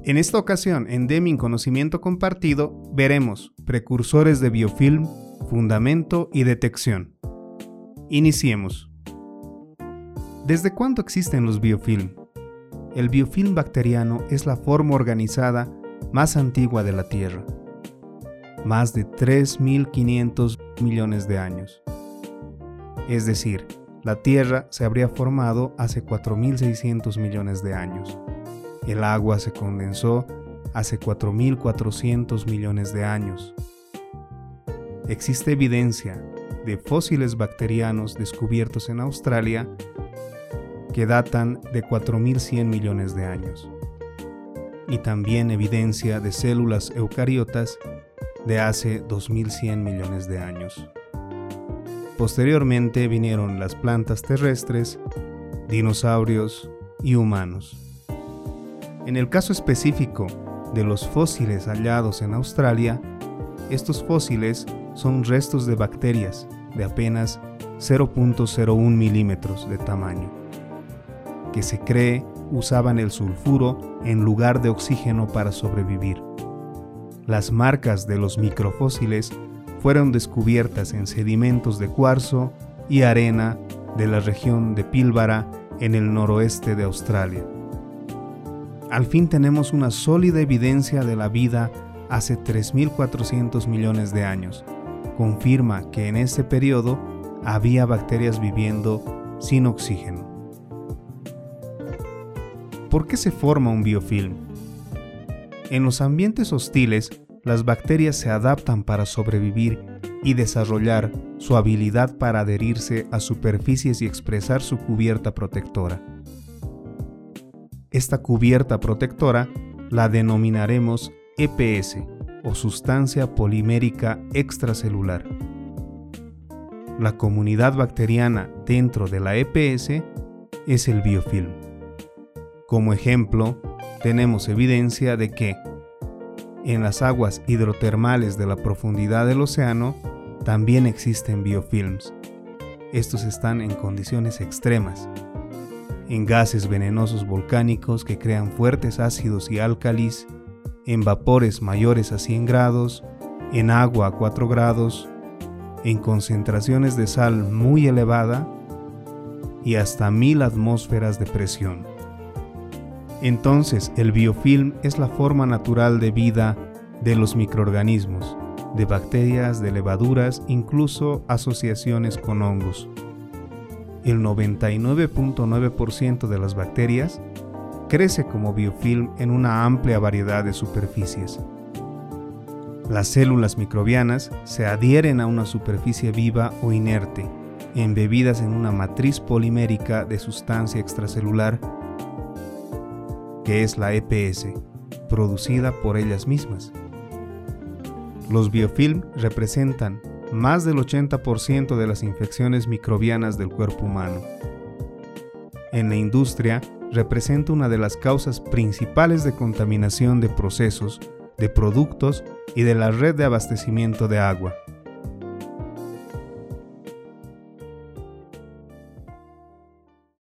En esta ocasión, en Deming Conocimiento Compartido, veremos precursores de biofilm, fundamento y detección. Iniciemos. ¿Desde cuándo existen los biofilm? El biofilm bacteriano es la forma organizada más antigua de la Tierra. Más de 3.500 millones de años. Es decir, la Tierra se habría formado hace 4.600 millones de años. El agua se condensó hace 4.400 millones de años. Existe evidencia de fósiles bacterianos descubiertos en Australia que datan de 4.100 millones de años. Y también evidencia de células eucariotas de hace 2.100 millones de años. Posteriormente vinieron las plantas terrestres, dinosaurios y humanos. En el caso específico de los fósiles hallados en Australia, estos fósiles son restos de bacterias de apenas 0.01 milímetros de tamaño, que se cree usaban el sulfuro en lugar de oxígeno para sobrevivir. Las marcas de los microfósiles fueron descubiertas en sedimentos de cuarzo y arena de la región de Pilbara en el noroeste de Australia. Al fin tenemos una sólida evidencia de la vida hace 3.400 millones de años. Confirma que en ese periodo había bacterias viviendo sin oxígeno. ¿Por qué se forma un biofilm? En los ambientes hostiles, las bacterias se adaptan para sobrevivir y desarrollar su habilidad para adherirse a superficies y expresar su cubierta protectora. Esta cubierta protectora la denominaremos EPS o sustancia polimérica extracelular. La comunidad bacteriana dentro de la EPS es el biofilm. Como ejemplo, tenemos evidencia de que en las aguas hidrotermales de la profundidad del océano también existen biofilms. Estos están en condiciones extremas. En gases venenosos volcánicos que crean fuertes ácidos y álcalis, en vapores mayores a 100 grados, en agua a 4 grados, en concentraciones de sal muy elevada y hasta 1000 atmósferas de presión. Entonces, el biofilm es la forma natural de vida de los microorganismos, de bacterias, de levaduras, incluso asociaciones con hongos. El 99.9% de las bacterias crece como biofilm en una amplia variedad de superficies. Las células microbianas se adhieren a una superficie viva o inerte, embebidas en una matriz polimérica de sustancia extracelular, que es la EPS, producida por ellas mismas. Los biofilm representan más del 80% de las infecciones microbianas del cuerpo humano. En la industria, representa una de las causas principales de contaminación de procesos, de productos y de la red de abastecimiento de agua.